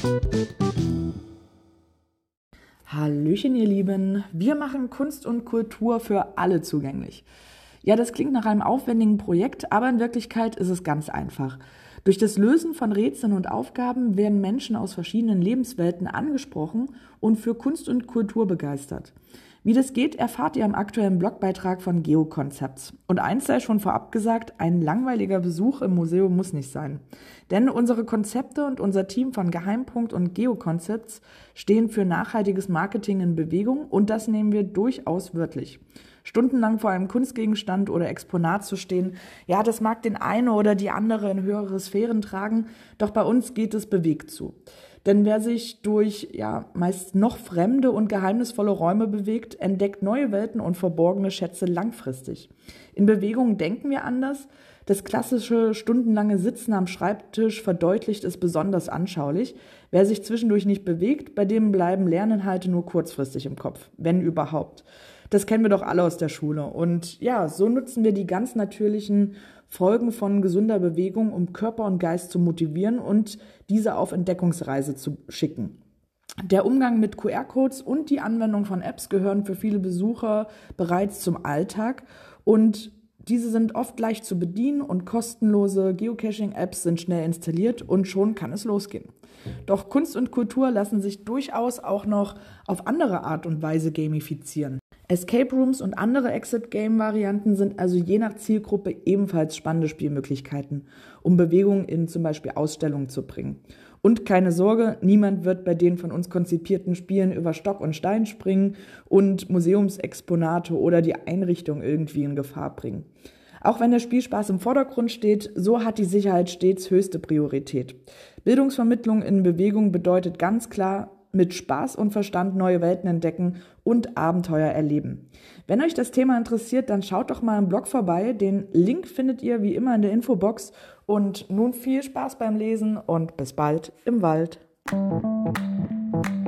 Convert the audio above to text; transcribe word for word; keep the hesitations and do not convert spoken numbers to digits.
Hallöchen, ihr Lieben. Wir machen Kunst und Kultur für alle zugänglich. Ja, das klingt nach einem aufwendigen Projekt, aber in Wirklichkeit ist es ganz einfach. Durch das Lösen von Rätseln und Aufgaben werden Menschen aus verschiedenen Lebenswelten angesprochen und für Kunst und Kultur begeistert. Wie das geht, erfahrt ihr im aktuellen Blogbeitrag von Geokonzepts. Und eins sei schon vorab gesagt, ein langweiliger Besuch im Museum muss nicht sein. Denn unsere Konzepte und unser Team von Geheimpunkt und Geokonzepts stehen für nachhaltiges Marketing in Bewegung und das nehmen wir durchaus wörtlich. Stundenlang vor einem Kunstgegenstand oder Exponat zu stehen, ja, das mag den eine oder die andere in höhere Sphären tragen, doch bei uns geht es bewegt zu. Denn wer sich durch, ja, meist noch fremde und geheimnisvolle Räume bewegt, entdeckt neue Welten und verborgene Schätze langfristig. In Bewegung denken wir anders. Das klassische stundenlange Sitzen am Schreibtisch verdeutlicht es besonders anschaulich. Wer sich zwischendurch nicht bewegt, bei dem bleiben Lerninhalte nur kurzfristig im Kopf, wenn überhaupt. Das kennen wir doch alle aus der Schule. Und ja, so nutzen wir die ganz natürlichen Folgen von gesunder Bewegung, um Körper und Geist zu motivieren und diese auf Entdeckungsreise zu schicken. Der Umgang mit Q R-Codes und die Anwendung von Apps gehören für viele Besucher bereits zum Alltag und diese sind oft leicht zu bedienen und kostenlose Geocaching-Apps sind schnell installiert und schon kann es losgehen. Doch Kunst und Kultur lassen sich durchaus auch noch auf andere Art und Weise gamifizieren. Escape Rooms und andere Exit-Game-Varianten sind also je nach Zielgruppe ebenfalls spannende Spielmöglichkeiten, um Bewegung in zum Beispiel Ausstellungen zu bringen. Und keine Sorge, niemand wird bei den von uns konzipierten Spielen über Stock und Stein springen und Museumsexponate oder die Einrichtung irgendwie in Gefahr bringen. Auch wenn der Spielspaß im Vordergrund steht, so hat die Sicherheit stets höchste Priorität. Bildungsvermittlung in Bewegung bedeutet ganz klar, mit Spaß und Verstand neue Welten entdecken und Abenteuer erleben. Wenn euch das Thema interessiert, dann schaut doch mal im Blog vorbei. Den Link findet ihr wie immer in der Infobox. Und nun viel Spaß beim Lesen und bis bald im Wald.